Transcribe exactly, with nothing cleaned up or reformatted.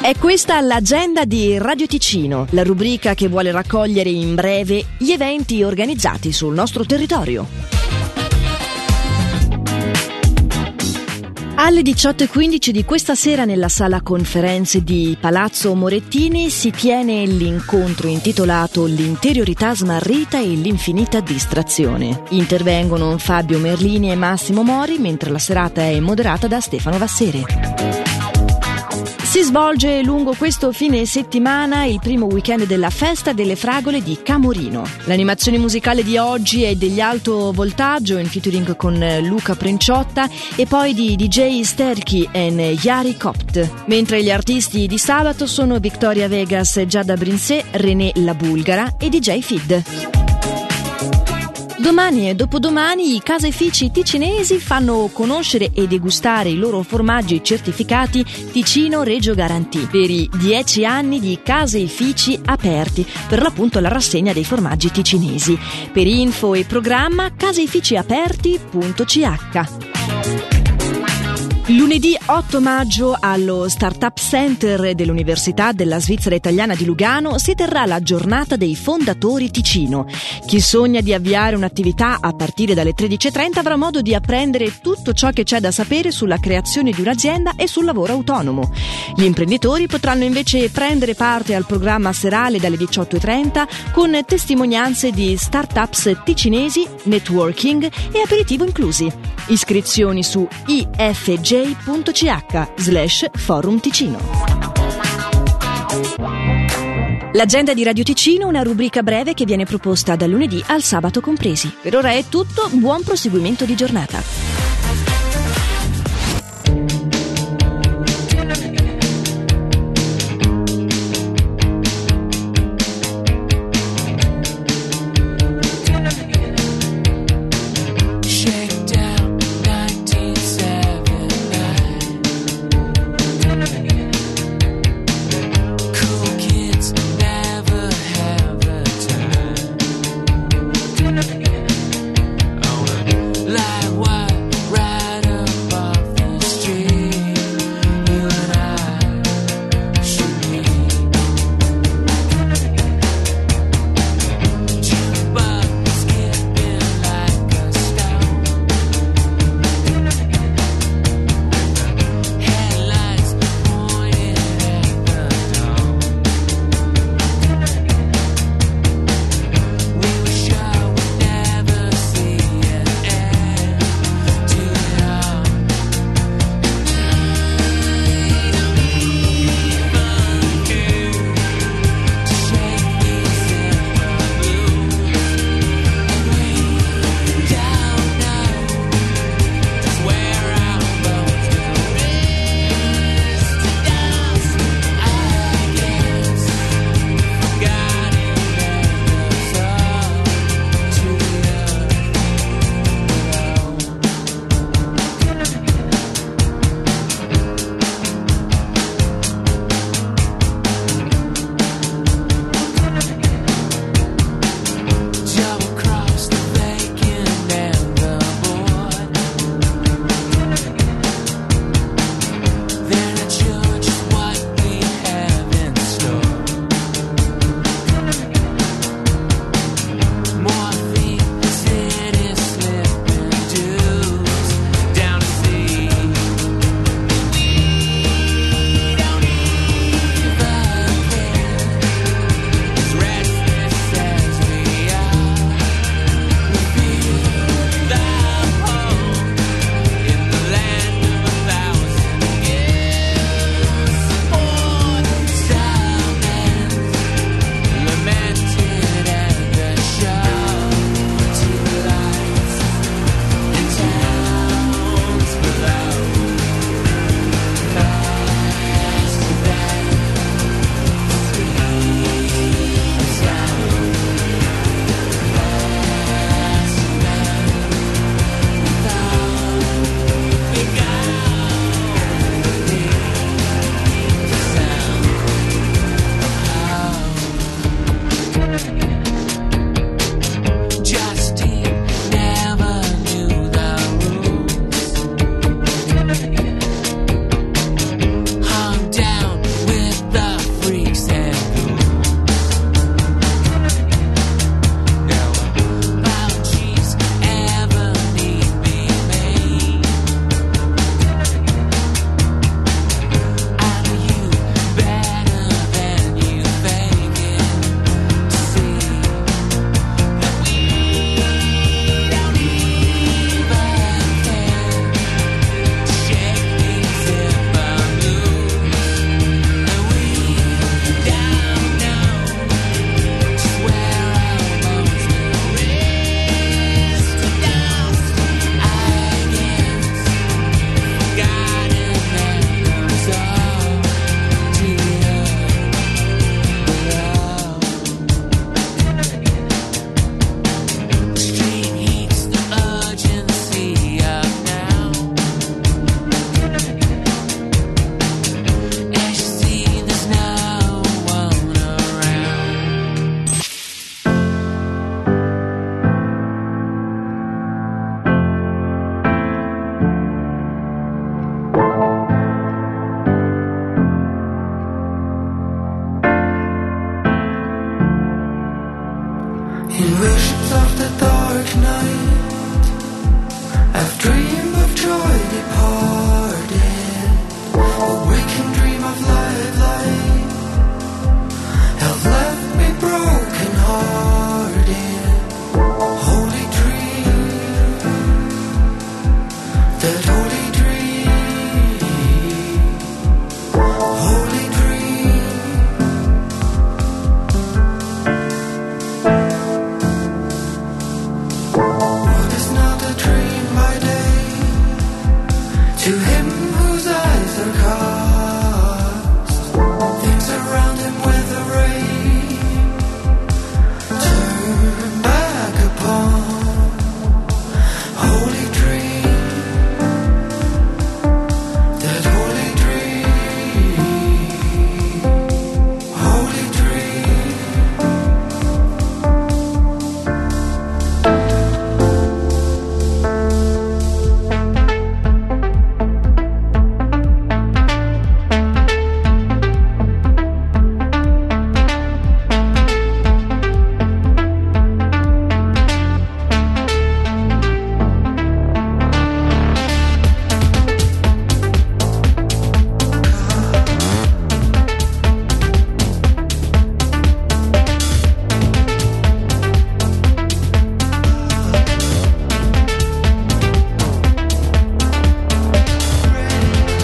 È questa l'agenda di Radio Ticino, la rubrica che vuole raccogliere in breve gli eventi organizzati sul nostro territorio. Alle diciotto e quindici di questa sera nella sala conferenze di Palazzo Morettini si tiene l'incontro intitolato L'interiorità smarrita e l'infinita distrazione. Intervengono Fabio Merlini e Massimo Mori, mentre la serata è moderata da Stefano Vassere. Si svolge lungo questo fine settimana il primo weekend della Festa delle Fragole di Camorino. L'animazione musicale di oggi è degli Alto Voltaggio in featuring con Luca Prenciotta e poi di D J Sterky e Yari Copt. Mentre gli artisti di sabato sono Victoria Vegas, Giada Brinsè, René La Bulgara e D J Fid. Domani e dopodomani i caseifici ticinesi fanno conoscere e degustare i loro formaggi certificati Ticino Regio Garantì per i dieci anni di caseifici aperti, per l'appunto la rassegna dei formaggi ticinesi. Per info e programma caseificiaperti punto c h. Lunedì otto maggio allo Startup Center dell'Università della Svizzera Italiana di Lugano si terrà la giornata dei fondatori Ticino. Chi sogna di avviare un'attività a partire dalle tredici e trenta avrà modo di apprendere tutto ciò che c'è da sapere sulla creazione di un'azienda e sul lavoro autonomo. Gli imprenditori potranno invece prendere parte al programma serale dalle diciotto e trenta con testimonianze di startups ticinesi, networking e aperitivo inclusi. Iscrizioni su i f g punto c h slash forum ticino. L'agenda di Radio Ticino, una rubrica breve che viene proposta dal lunedì al sabato compresi. Per ora è tutto, buon proseguimento di giornata. Like what? In visions of the dark night,